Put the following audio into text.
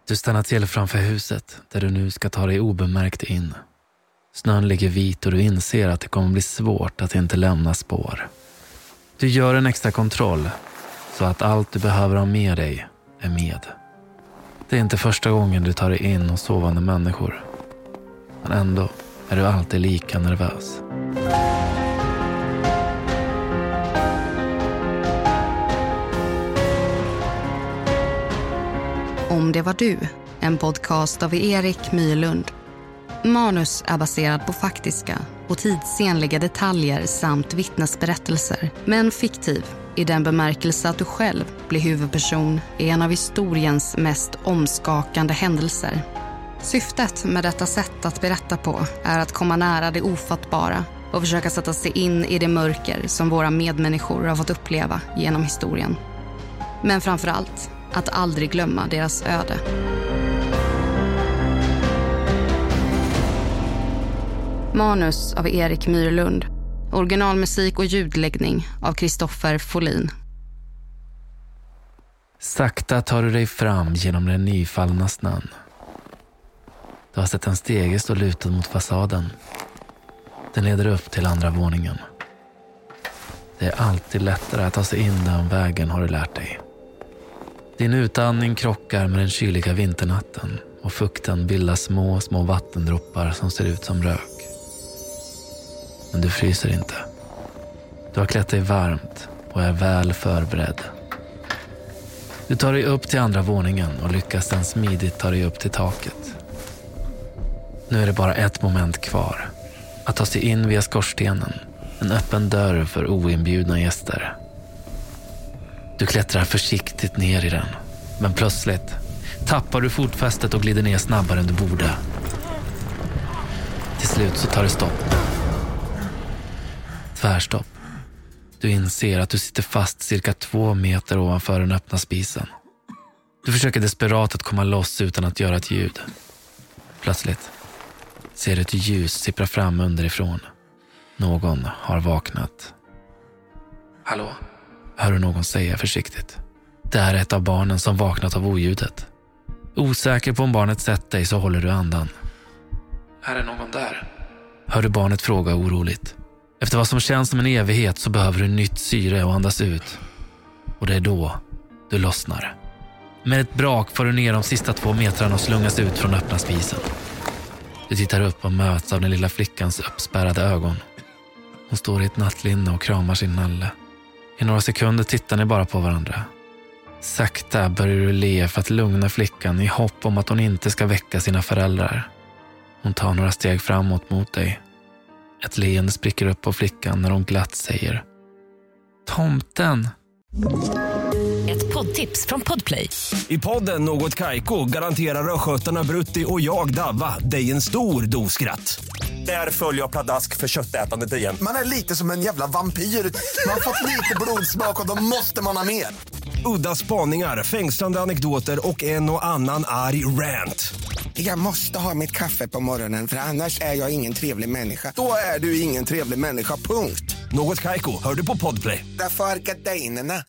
Du stannar till framför huset där du nu ska ta dig obemärkt in. Snön ligger vit och du inser att det kommer bli svårt att inte lämna spår. Du gör en extra kontroll så att allt du behöver ha med dig är med. Det är inte första gången du tar dig in hos sovande människor. Men ändå är du alltid lika nervös. Om det var du, en podcast av Erik Myrlund. Manus är baserad på faktiska och tidsenliga detaljer samt vittnesberättelser, men fiktiv i den bemärkelse att du själv blir huvudperson i en av historiens mest omskakande händelser. Syftet med detta sätt att berätta på är att komma nära det ofattbara och försöka sätta sig in i det mörker som våra medmänniskor har fått uppleva genom historien. Men framförallt att aldrig glömma deras öde. Manus av Erik Myrlund. Originalmusik och ljudläggning av Kristoffer Folin. Sakta tar du dig fram genom den nyfallna snön. Du har sett en stege stå lutad mot fasaden. Den leder upp till andra våningen. Det är alltid lättare att ta sig in den vägen, har du lärt dig. Din utandning krockar med den kyliga vinternatten och fukten bildar små vattendroppar som ser ut som rök. Men du fryser inte. Du har klätt dig varmt och är väl förberedd. Du tar dig upp till andra våningen och lyckas sen smidigt ta dig upp till taket. Nu är det bara ett moment kvar. Att ta sig in via skorstenen. En öppen dörr för oinbjudna gäster. Du klättrar försiktigt ner i den. Men plötsligt tappar du fotfästet och glider ner snabbare än du borde. Till slut så tar det stopp. Tvärstopp. Du inser att du sitter fast cirka 2 meter ovanför den öppna spisen. Du försöker desperat att komma loss utan att göra ett ljud. Plötsligt ser du ett ljus sippra fram underifrån. Någon har vaknat. Hallå? Hör du någon säga försiktigt. Det är ett av barnen som vaknat av oljudet. Osäker på om barnet sett dig så håller du andan. Är det någon där? Hör du barnet fråga oroligt. Efter vad som känns som en evighet så behöver du nytt syre och andas ut. Och det är då du lossnar. Med ett brak får du ner de sista 2 metrarna och slungas ut från öppna spisen. Du tittar upp och möts av den lilla flickans uppspärrade ögon. Hon står i ett nattlinne och kramar sin nalle. I några sekunder tittar ni bara på varandra. Sakta börjar du le för att lugna flickan i hopp om att hon inte ska väcka sina föräldrar. Hon tar några steg framåt mot dig. Ett leende spricker upp på flickan när hon glatt säger: Tomten! Ett poddtips från Podplay. I podden Något Kaiko garanterar röskötarna Brutti och jag Davva dig en stor doskratt. Där följer jag pladask för köttätandet igen. Man är lite som en jävla vampyr. Man har fått lite blodsmak och då måste man ha mer. Udda spaningar, fängslande anekdoter och en och annan arg rant. Jag måste ha mitt kaffe på morgonen för annars är jag ingen trevlig människa. Då är du ingen trevlig människa, punkt. Något Kaiko, hör du på Podplay. Därför är gardinerna.